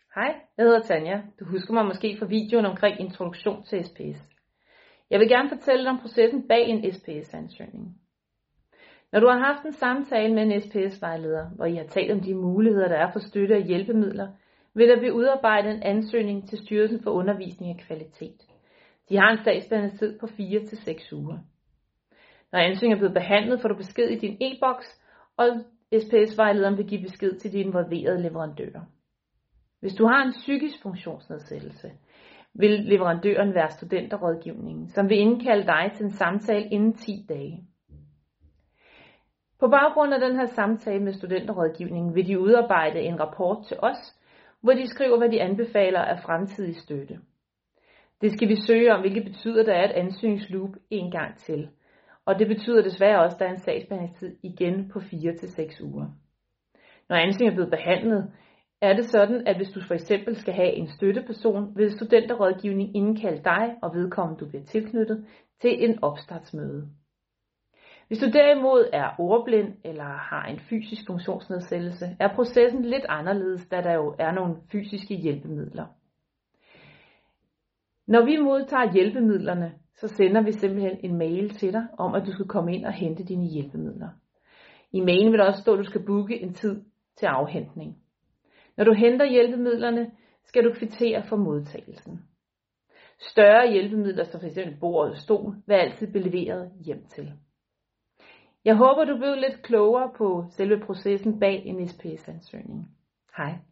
Hej, jeg hedder Tanja. Du husker mig måske fra videoen omkring introduktion til SPS. Jeg vil gerne fortælle dig om processen bag en SPS-ansøgning. Når du har haft en samtale med en SPS-vejleder, hvor I har talt om de muligheder, der er for støtte og hjælpemidler, vil der blive udarbejdet en ansøgning til Styrelsen for Undervisning og Kvalitet. De har en sagsbehandlingstid på 4 til 6 uger. Når ansøgningen er blevet behandlet, får du besked i din e-boks, og SPS-vejlederen vil give besked til de involverede leverandører. Hvis du har en psykisk funktionsnedsættelse, vil leverandøren være Studenterrådgivningen, som vil indkalde dig til en samtale inden 10 dage. På baggrund af den her samtale med Studenterrådgivningen vil de udarbejde en rapport til os, hvor de skriver, hvad de anbefaler af fremtidig støtte. Det skal vi søge om, hvilket betyder, at der er et ansøgningsloop en gang til. Og det betyder desværre også, at der er en sagsbehandlingstid igen på 4 til 6 uger. Når ansøgningen er blevet behandlet, er det sådan, at hvis du for eksempel skal have en støtteperson, vil Studenterrådgivning indkalde dig og vedkommende, du bliver tilknyttet, til en opstartsmøde. Hvis du derimod er ordblind eller har en fysisk funktionsnedsættelse, er processen lidt anderledes, da der jo er nogle fysiske hjælpemidler. Når vi modtager hjælpemidlerne, så sender vi simpelthen en mail til dig om, at du skal komme ind og hente dine hjælpemidler. I mailen vil der også stå, at du skal booke en tid til afhentning. Når du henter hjælpemidlerne, skal du kvittere for modtagelsen. Større hjælpemidler, som f.eks. bord og stol, vil altid blive leveret hjem til. Jeg håber, du blev lidt klogere på selve processen bag en SPS-ansøgning. Hej.